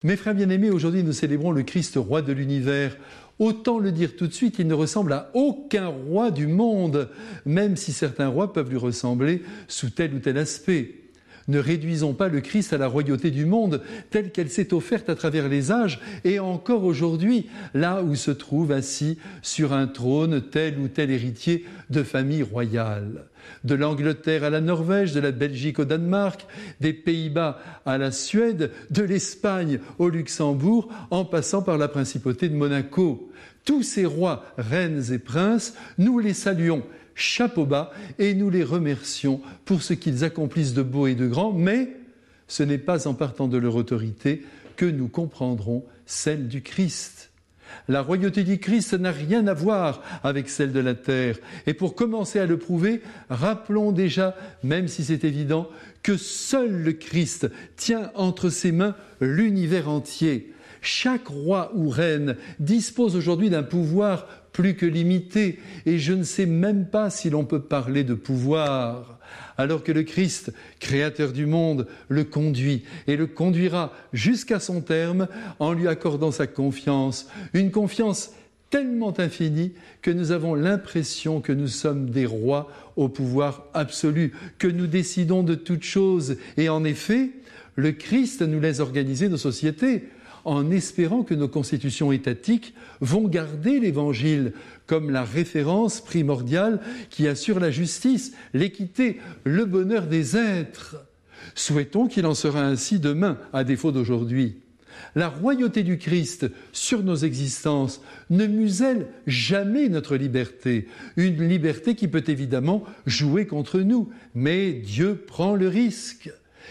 Mes frères bien-aimés, aujourd'hui nous célébrons le Christ roi de l'univers. Autant le dire tout de suite, il ne ressemble à aucun roi du monde, même si certains rois peuvent lui ressembler sous tel ou tel aspect. Ne réduisons pas le Christ à la royauté du monde telle qu'elle s'est offerte à travers les âges et encore aujourd'hui, là où se trouve assis sur un trône tel ou tel héritier de famille royale. De l'Angleterre à la Norvège, de la Belgique au Danemark, des Pays-Bas à la Suède, de l'Espagne au Luxembourg, en passant par la principauté de Monaco. Tous ces rois, reines et princes, nous les saluons chapeau bas et nous les remercions pour ce qu'ils accomplissent de beau et de grand, mais ce n'est pas en partant de leur autorité que nous comprendrons celle du Christ. La royauté du Christ n'a rien à voir avec celle de la terre. Et pour commencer à le prouver, rappelons déjà, même si c'est évident, que seul le Christ tient entre ses mains l'univers entier. Chaque roi ou reine dispose aujourd'hui d'un pouvoir plus que limité, et je ne sais même pas si l'on peut parler de pouvoir, alors que le Christ, créateur du monde, le conduit et le conduira jusqu'à son terme en lui accordant sa confiance, une confiance tellement infinie que nous avons l'impression que nous sommes des rois au pouvoir absolu, que nous décidons de toutes choses, et en effet, le Christ nous laisse organiser nos sociétés, en espérant que nos constitutions étatiques vont garder l'Évangile comme la référence primordiale qui assure la justice, l'équité, le bonheur des êtres. Souhaitons qu'il en sera ainsi demain, à défaut d'aujourd'hui. La royauté du Christ sur nos existences ne muselle jamais notre liberté, une liberté qui peut évidemment jouer contre nous, mais Dieu prend le risque.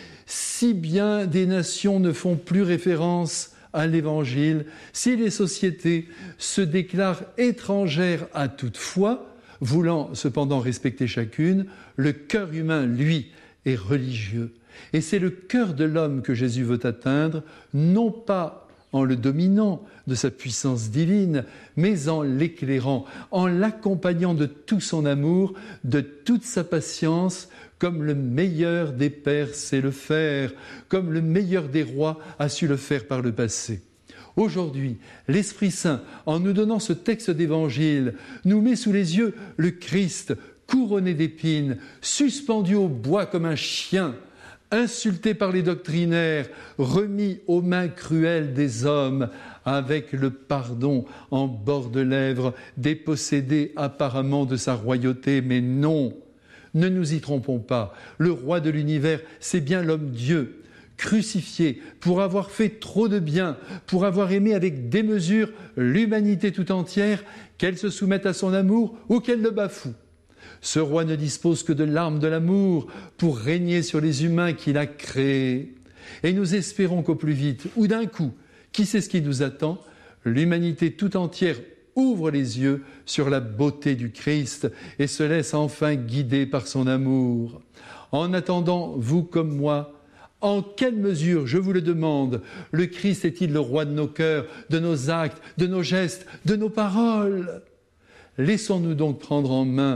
Si bien des nations ne font plus référence à l'Évangile, si les sociétés se déclarent étrangères à toute foi, voulant cependant respecter chacune, le cœur humain, lui, est religieux. Et c'est le cœur de l'homme que Jésus veut atteindre, non pas en le dominant de sa puissance divine, mais en l'éclairant, en l'accompagnant de tout son amour, de toute sa patience, comme le meilleur des pères sait le faire, comme le meilleur des rois a su le faire par le passé. Aujourd'hui, l'Esprit Saint, en nous donnant ce texte d'Évangile, nous met sous les yeux le Christ, couronné d'épines, suspendu au bois comme un chien, insulté par les doctrinaires, remis aux mains cruelles des hommes, avec le pardon en bord de lèvres, dépossédé apparemment de sa royauté, mais non. Ne nous y trompons pas, le roi de l'univers, c'est bien l'homme-dieu, crucifié pour avoir fait trop de bien, pour avoir aimé avec démesure l'humanité tout entière, qu'elle se soumette à son amour ou qu'elle le bafoue. Ce roi ne dispose que de l'arme de l'amour pour régner sur les humains qu'il a créés. Et nous espérons qu'au plus vite, ou d'un coup, qui sait ce qui nous attend, l'humanité tout entière ouvre les yeux sur la beauté du Christ et se laisse enfin guider par son amour. En attendant, vous comme moi, en quelle mesure, je vous le demande, le Christ est-il le roi de nos cœurs, de nos actes, de nos gestes, de nos paroles ? Laissons-nous donc prendre en main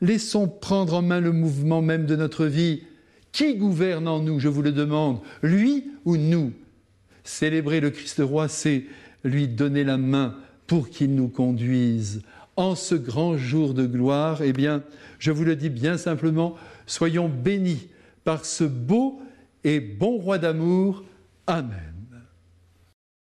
le mouvement même de notre vie. Qui gouverne en nous, je vous le demande, lui ou nous ? Célébrer le Christ roi, c'est lui donner la main pour qu'il nous conduise. En ce grand jour de gloire, eh bien, je vous le dis bien simplement, soyons bénis par ce beau et bon roi d'amour. Amen.